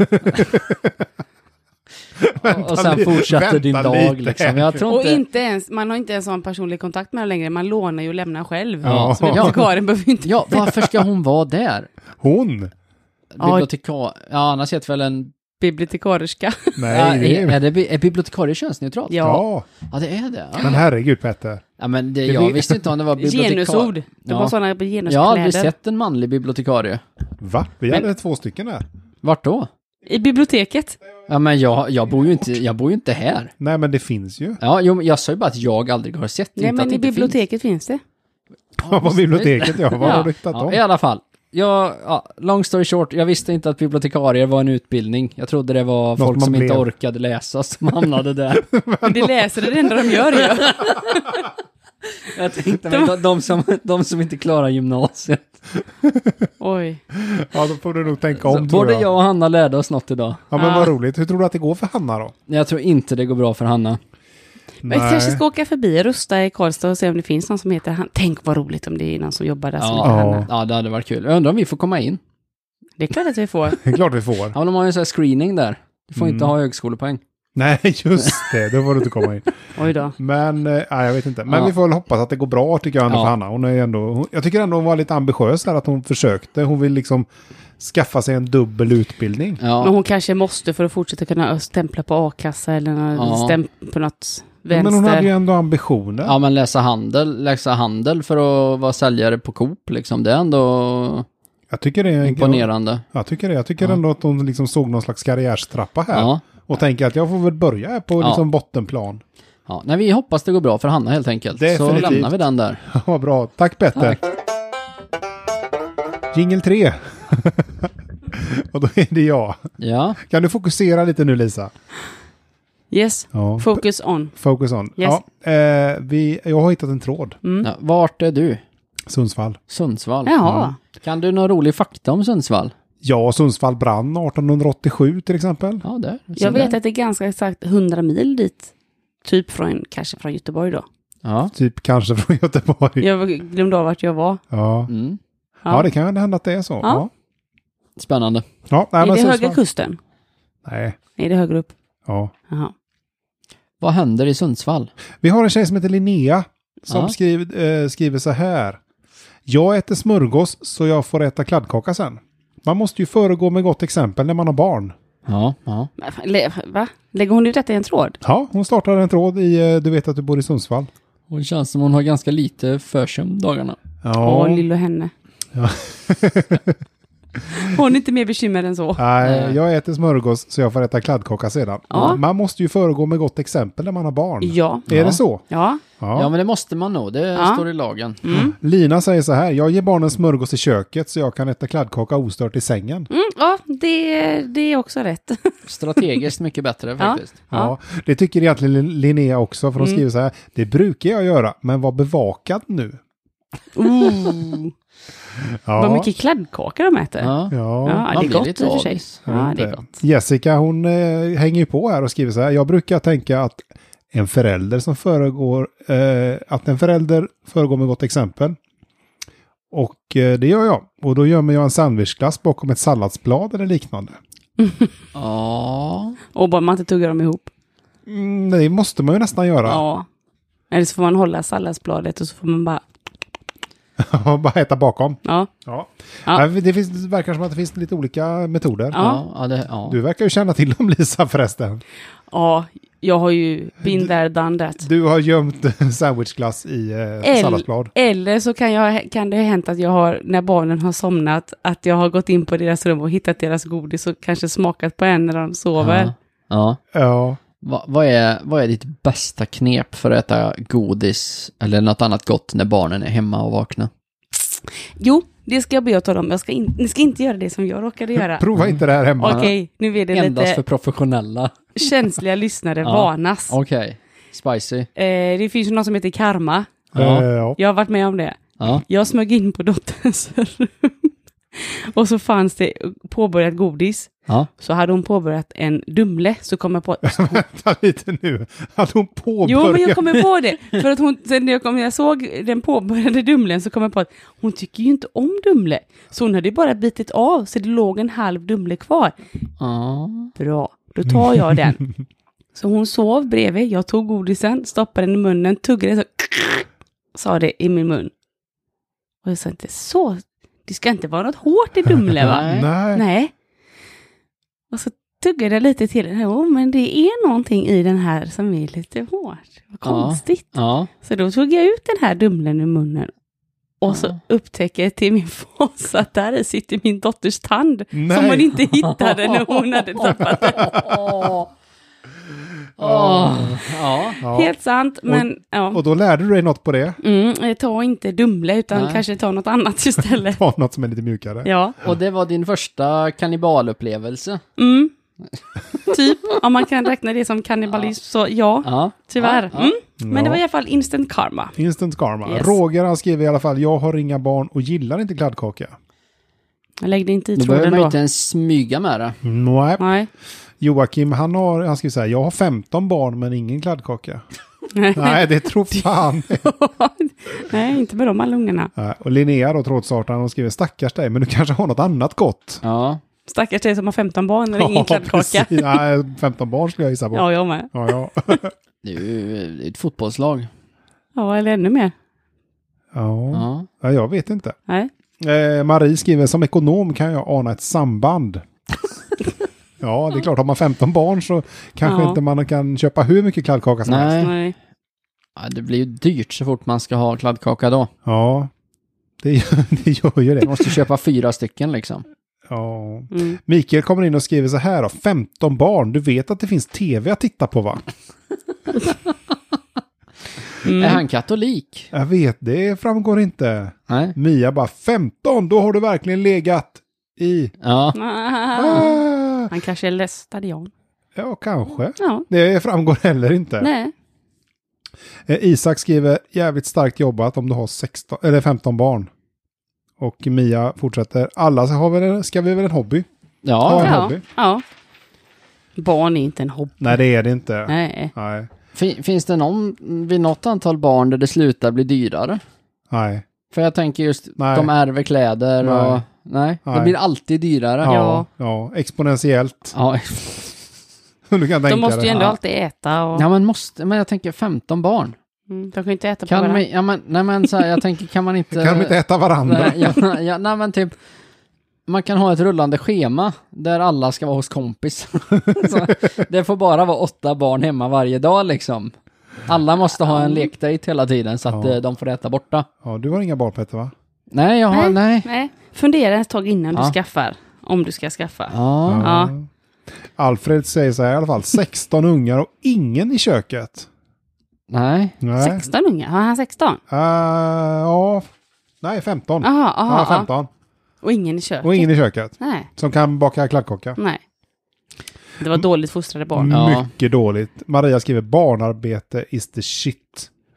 och sen fortsätter din dag liksom. Jag tror inte... Och inte ens, man har inte ens en personlig kontakt med den längre. Man lånar ju och lämnar själv. Så bibliotekarien behöver inte... Ja, varför ska hon vara där? Hon? Annars heter väl en bibliotekarierska. Nej, är bibliotekarie könsneutralt? Ja, det är det. Ja. Men herregud, Petter. Ja, men jag visste inte om det var bibliotekarie. Genusord. Det var sådana genuskläder. Jag har aldrig sett en manlig bibliotekarie. Va? Vi hade 2 stycken där. Vart då? I biblioteket. Ja, men jag bor ju inte här. Nej, men det finns ju. Ja, jag sa ju bara att jag aldrig har sett det. Nej, men i biblioteket finns det. Ja, på biblioteket, vad har du hittat om? I alla fall. Long story short, jag visste inte att bibliotekarier var en utbildning. Jag trodde det var folk som inte orkade läsa som hamnade där. Men det läser det enda de gör ju. Jag tänkte de som inte klarar gymnasiet. Oj. Ja, då får du nog tänka om. Både jag och Hanna lärde oss något idag. Ja, men vad roligt. Hur tror du att det går för Hanna då? Jag tror inte det går bra för Hanna. Men jag kanske ska åka förbi och rusta i Karlstad och se om det finns någon som heter Hanna. Tänk vad roligt om det är någon som jobbar där som heter Hanna. Ja, det hade varit kul. Jag undrar om vi får komma in. Det är klart att vi får. Det är klart vi får. Ja, de har ju en sån här screening där. Du får inte ha högskolepoäng. Nej, just det. Då får du inte komma in. Oj då. Men, jag vet inte. Men vi får väl hoppas att det går bra, tycker jag ändå för Hanna. Jag tycker ändå hon var lite ambitiös här, att hon försökte. Hon vill liksom skaffa sig en dubbel utbildning. Ja. Men hon kanske måste för att fortsätta kunna stämpla på a-kassa eller stämpla på något vänster. Men hon hade ju ändå ambitioner. Ja, men läsa handel för att vara säljare på Coop liksom. Det är ändå... Jag tycker det är imponerande. Jag tycker ändå att hon liksom såg någon slags karriärstrappa här. Ja. Och tänker att jag får väl börja här på liksom bottenplan. Ja, nej, vi hoppas det går bra för Hanna helt enkelt. Definitivt. Så lämnar vi den där. Ja, bra. Tack Petter. Tack. Jingle 3. Och då är det jag. Ja. Kan du fokusera lite nu, Lisa? Yes. Ja. Focus on. Focus on. Yes. Ja, jag har hittat en tråd. Ja, vart är du? Sundsvall. Sundsvall. Jaha. Kan du någon rolig fakta om Sundsvall? Ja, Sundsvall brann 1887 till exempel. Ja, där. Jag vet att det är ganska exakt 100 mil dit. Typ kanske från Göteborg då. Ja. Typ kanske från Göteborg. Jag glömde av vart jag var. Ja. Mm. Ja, det kan hända att det är så. Ja. Spännande. Ja, är det höga kusten? Nej. Är det högre upp? Ja. Jaha. Vad händer i Sundsvall? Vi har en tjej som heter Linnea som skriver så här. Jag äter smörgås så jag får äta kladdkaka sen. Man måste ju föregå med gott exempel när man har barn. Ja. Va? Lägger hon ut detta i en tråd? Ja, hon startar en tråd i Du vet att du bor i Sundsvall. Hon känns som hon har ganska lite för sig om dagarna. Ja. Lilla henne. Ja. Hon är inte mer bekymrad än så. Nej, jag äter smörgås så jag får äta kladdkaka sedan. Ja. Man måste ju föregå med gott exempel när man har barn. Ja. Är det så? Ja. Ja, men det måste man nog. Det står i lagen. Mm. Lina säger så här. Jag ger barnen smörgås i köket så jag kan äta kladdkaka ostört i sängen. Ja, det är också rätt. Strategiskt mycket bättre faktiskt. Ja, det tycker egentligen Linnea också. För hon skriver så här. Det brukar jag göra, men var bevakad nu. Ja. Vad mycket kladdkaka de äter. Ja. Det är gott i och för sig. Ja, det är gott. Jessica, hon hänger ju på här och skriver så här. Jag brukar tänka att en förälder föregår med gott exempel. Och det gör jag. Och då gömmer jag en sandwichglass bakom ett salladsblad eller liknande. Ja. Och bara man inte tuggar dem ihop. Det måste man ju nästan göra. Ja. Eller så får man hålla salladsbladet och så får man bara... bara äta bakom. Ja. Det verkar som att det finns lite olika metoder. Ja. Du verkar ju känna till dem, Lisa, förresten. Ja, jag har ju been there, done that. Du har gömt sandwichglass i salladsblad. Eller så kan det ha hänt att jag har, när barnen har somnat, att jag har gått in på deras rum och hittat deras godis och kanske smakat på en när de sover. Ja. Vad är ditt bästa knep för att äta godis eller något annat gott när barnen är hemma och vakna? Jo, det ska jag be att ta dem. Ni ska inte göra det som jag råkade göra. Prova inte det här hemma. Okej, nu är det endast lite... för professionella. Känsliga lyssnare varnas. Okej, spicy. Det finns ju något som heter karma. Jag har varit med om det. Ja. Jag smög in på dotterns rum. Och så fanns det påbörjat godis. Ja. Så hade hon påbörjat en dumle. Så kom jag på... Vänta lite nu. Hade hon påbörjat... Jo, men jag kommer på det. För att när jag såg den påbörjade dumlen så kom jag på att hon tycker ju inte om dumle. Så hon hade ju bara bitit av så det låg en halv dumle kvar. Bra, då tar jag den. Så hon sov bredvid. Jag tog godisen, stoppade den i munnen, tuggade så... Sa det i min mun. Och jag sa inte så... Det ska inte vara något hårt i dumle, va? Nej. Och så tuggade jag lite till den. Men det är någonting i den här som är lite hårt. Vad konstigt. Ja. Så då tog jag ut den här dumlen ur munnen. Och så upptäcker jag till min fas att där sitter min dotters tand. Nej. Som hon inte hittade när hon hade tappat den. Helt sant, men och då lärde du dig något på det? Ta inte dumle utan kanske ta något annat istället. Ta något som är lite mjukare. Ja. Och det var din första kannibalupplevelse? Typ, om man kan räkna det som kannibalism, så tyvärr. Men det var i alla fall instant karma. Instant karma. Yes. Roger han skriver i alla fall, jag har inga barn och gillar inte kladdkaka. Jag lägger inte i tråden då. Då behöver man inte ens smyga med det. Nej. Joakim, han skriver så här, jag har 15 barn men ingen kladdkaka. Nej, det tror fan. Nej, inte med de alla ungarna. Och Linnea då, trotsartan, hon skriver, stackars dig, men du kanske har något annat gott. Ja. Stackars dig som har 15 barn eller ingen kladdkaka. Nej, 15 barn skulle jag gissa på. Ja, jag med. Ja. Det är ju ett fotbollslag. Ja, eller ännu mer. Ja, jag vet inte. Nej. Marie skriver, som ekonom kan jag ana ett samband. Ja, det är klart, har man 15 barn så kanske inte man kan köpa hur mycket kladdkaka som helst. Nej. Ja, det blir ju dyrt så fort man ska ha kladdkaka då. Ja, det gör ju det. Du måste köpa 4 stycken liksom. Ja. Mikael kommer in och skriver så här då, 15 barn, du vet att det finns tv att titta på, va? Är han katolik? Jag vet, det framgår inte. Nej. Mia bara, 15, då har du verkligen legat i... Ja. Han kanske är lästadian. Ja, kanske. Ja. Det framgår heller inte. Nej. Isak skriver, jävligt starkt jobbat om du har 15 barn. Och Mia fortsätter, alla ska vi väl en hobby? Ja. Ja. Barn är inte en hobby. Nej, det är det inte. Nej. Finns det vid något antal barn där det slutar bli dyrare? Nej. För jag tänker just, de ärver kläder och... Nej, det blir alltid dyrare. Ja, exponentiellt. Ja. Du kan de måste ju ändå alltid äta. Och... Ja, men jag tänker 15 barn. De kan ju inte äta på varandra. Nej, men så här, jag tänker, kan man inte... Kan de inte äta varandra? Nej, men typ... Man kan ha ett rullande schema där alla ska vara hos kompis. Så det får bara vara 8 barn hemma varje dag liksom. Alla måste ha en lekdate hela tiden så att de får äta borta. Ja, du har inga barn, Petter, va? Nej, jag har... Nej. Fundera ett tag innan du skaffar. Om du ska skaffa. Ja. Alfred säger så här i alla fall. 16 ungar och ingen i köket. Nej. 16 ungar? Har han 16? Ja. Nej, 15. Aha. 15. Och ingen i köket? Nej. Som kan baka kladdkaka? Nej. Det var dåligt fostrade barn. Mycket dåligt. Maria skriver, barnarbete is the shit.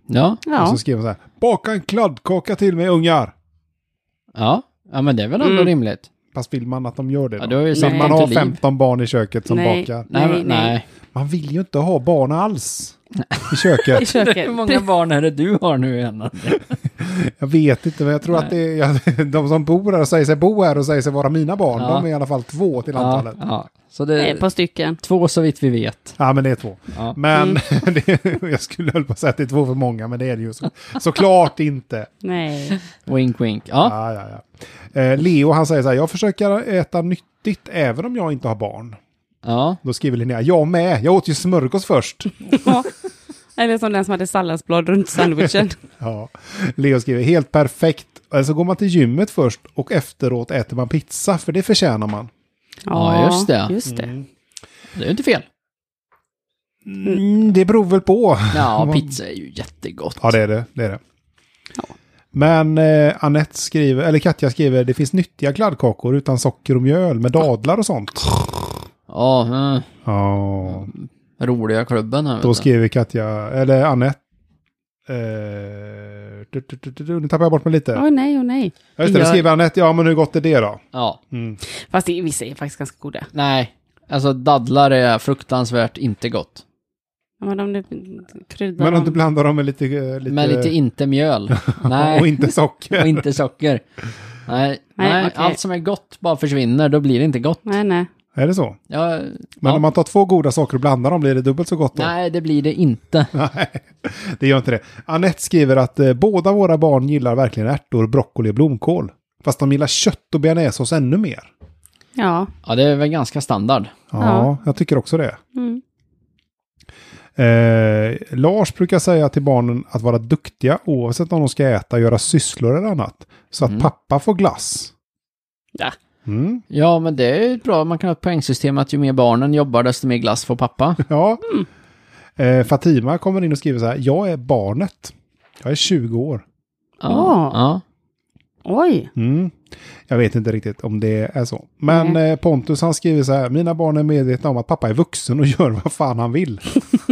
Ja. Och så skriver man så här, baka en kladdkaka till mig ungar. Ja, men det är väl ändå rimligt. Fast vill man att de gör det då? Ja, det är ju så man har 15 barn i köket som bakar. Nej. Man vill ju inte ha barn alls i köket. Hur många barn är det du har nu igen? Jag vet inte, men jag tror att det är de som bor här och säger sig bo här och säger sig vara mina barn. De är i alla fall 2 till antalet. Ja. Så det är ett par stycken. 2 så vitt vi vet. Ja, men det är 2. Ja. Men jag skulle höll på att säga att det är 2 för många, men det är det ju såklart inte. Nej. Wink, wink. Ja. Leo, han säger så här, jag försöker äta nyttigt även om jag inte har barn. Ja. Då skriver Linnea, jag med. Jag åt ju smörgås först. Ja. Eller som den som hade salladsblad runt sandwichen. Ja. Leo skriver, helt perfekt. Alltså går man till gymmet först och efteråt äter man pizza, för det förtjänar man. Ja, just det. Det är ju inte fel. Det beror väl på. Ja, pizza är ju jättegott. Ja, det är det. Ja. Men Annette skriver, eller Katja skriver, det finns nyttiga kladdkakor utan socker och mjöl med dadlar och sånt. Ja. Roliga klubben här. Då skriver Katja, eller Annette. Nu tappar jag bort mig lite. Åh nej. Ja, just det, skriver Annette, men hur gott är det då? Ja. Fast vissa är faktiskt ganska goda. Nej, alltså dadlar är fruktansvärt inte gott. Men om du kryddar Men om du blandar dem med lite... Med lite inte mjöl. Nej. Och inte socker. Nej, okay. Allt som är gott bara försvinner, då blir det inte gott. Nej. Är det så? Ja, men om man tar 2 goda saker och blandar dem, blir det dubbelt så gott då? Nej, det blir det inte. Nej, det gör inte det. Annette skriver att båda våra barn gillar verkligen ärtor, broccoli och blomkål. Fast de gillar kött och bearnaisesås ännu mer. Ja, det är väl ganska standard. Ja. Jag tycker också det. Lars brukar säga till barnen att vara duktiga oavsett om de ska äta, göra sysslor eller annat. Så att pappa får glass. Ja. Ja, men det är bra. Man kan ha ett poängsystem att ju mer barnen jobbar, desto mer glass får pappa. Ja. Fatima kommer in och skriver så här, jag är barnet. Jag är 20 år. Ja. Oj. Jag vet inte riktigt om det är så. Men Pontus han skriver så här, mina barn är medvetna om att pappa är vuxen och gör vad fan han vill.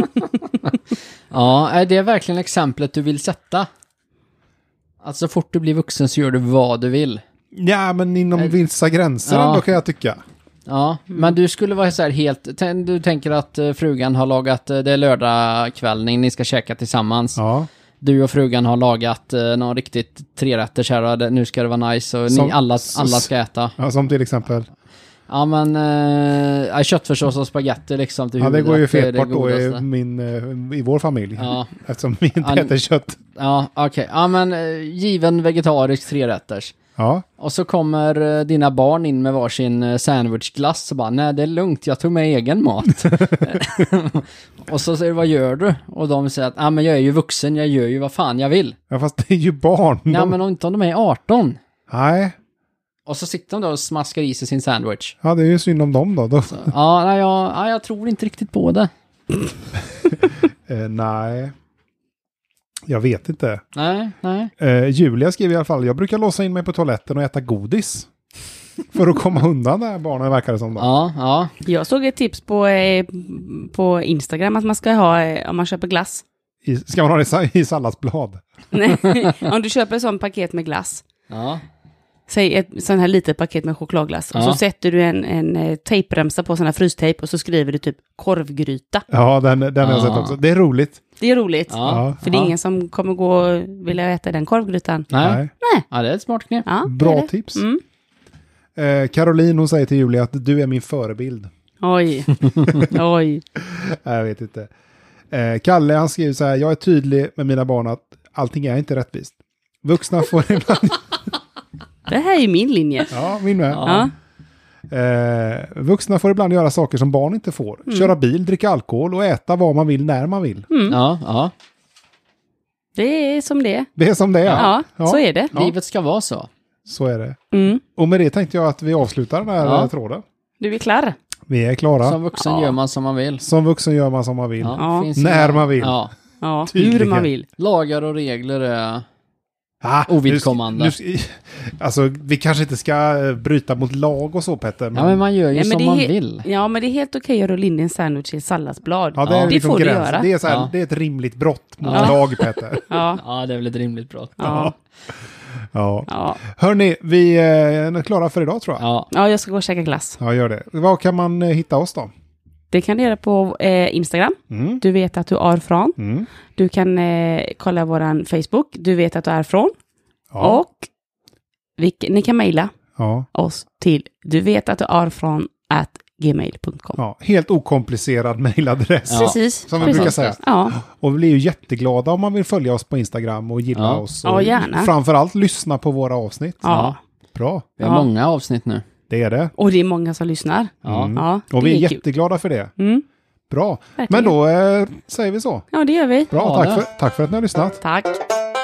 Ja, är det verkligen exemplet du vill sätta? Alltså så fort du blir vuxen så gör du vad du vill. Ja, men inom vissa gränser ändå kan jag tycka. Ja, men du skulle vara så här helt... Du tänker att frugan har lagat... Det är lördagkvällning, ni ska käka tillsammans. Ja. Du och frugan har lagat någon riktigt 3-rätters här. Nu ska det vara nice och ni alla ska äta. Ja, som till exempel... Ja, men köttfärssås och spagetti liksom. Till det går ju fet bort då i vår familj. Ja. Eftersom vi inte äter kött. Ja, okej. Ja, men given vegetarisk 3-rätters. Ja. Och så kommer dina barn in med varsin sandwichglass och bara, nej det är lugnt, jag tog med egen mat. Och så säger du, vad gör du? Och de säger att, men jag är ju vuxen, jag gör ju vad fan jag vill. Ja, fast det är ju barn. Ja, men om de är 18. Nej. Och så sitter de då och smaskar i sig sin sandwich. Ja, det är ju synd om dem då. Så, jag tror inte riktigt på det. Nej. Jag vet inte. Nej. Julia skriver i alla fall, jag brukar låsa in mig på toaletten och äta godis. För att komma undan där barnen, verkar det som då. Ja. Jag såg ett tips på Instagram att man ska ha, om man köper glass. Ska man ha det i salladsblad? Nej, om du köper ett sånt paket med glass. Ja. Säg ett sån här litet paket med chokladglass. Och så sätter du en tejpremsa på sån här frystejp och så skriver du typ korvgryta. Ja, den har jag sett också. Det är roligt. Det är roligt. För det är ingen som kommer gå och vilja äta den korvgrytan. Nej. Ja, det är ett smart knep. Ja, bra tips. Caroline, hon säger till Julia att du är min förebild. Oj. Jag vet inte. Kalle, han skriver så här, jag är tydlig med mina barn att allting är inte rättvist. Vuxna får ibland... Det här är min linje. Ja, min med. Ja. Vuxna får ibland göra saker som barn inte får. Köra bil, dricka alkohol och äta vad man vill när man vill. Ja. Det är som det. Det är som det är. Ja, så är det. Ja. Livet ska vara så. Så är det. Och med det tänkte jag att vi avslutar den här tråden. Du är klar. Vi är klara. Som vuxen gör man som man vill. Som vuxen gör man som man vill. Ja. När man vill. Ja, hur man vill. Lagar och regler är ovidkommande. Alltså, vi kanske inte ska bryta mot lag och så, Petter. Men... Ja, men man gör ju som man vill. Ja, men det är helt okej att rulla in en sandwich i salladsblad. Ja, det liksom får du göra. Det är, så här, det är ett rimligt brott mot lag, Petter. Ja, det är väl ett rimligt brott. Ja. Hörrni, vi är klara för idag, tror jag. Ja, jag ska gå och käka glass. Ja, gör det. Var kan man hitta oss då? Det kan du göra på Instagram. Du vet att du är från. Du kan kolla våran Facebook. Du vet att du är från. Ja. Och ni kan mejla oss till du vet att du är från @gmail.com. Ja, helt okomplicerad mejladress. Precis. Som vi brukar säga. Ja. Och vi blir ju jätteglada om man vill följa oss på Instagram och gilla oss. Och gärna. Framförallt lyssna på våra avsnitt. Ja. Bra. Vi har många avsnitt nu. Det är det. Och det är många som lyssnar. Ja, och vi är jätteglada för det. Bra. Verkligen. Men då säger vi så. Ja, det gör vi. Bra, tack för att ni har lyssnat. Tack.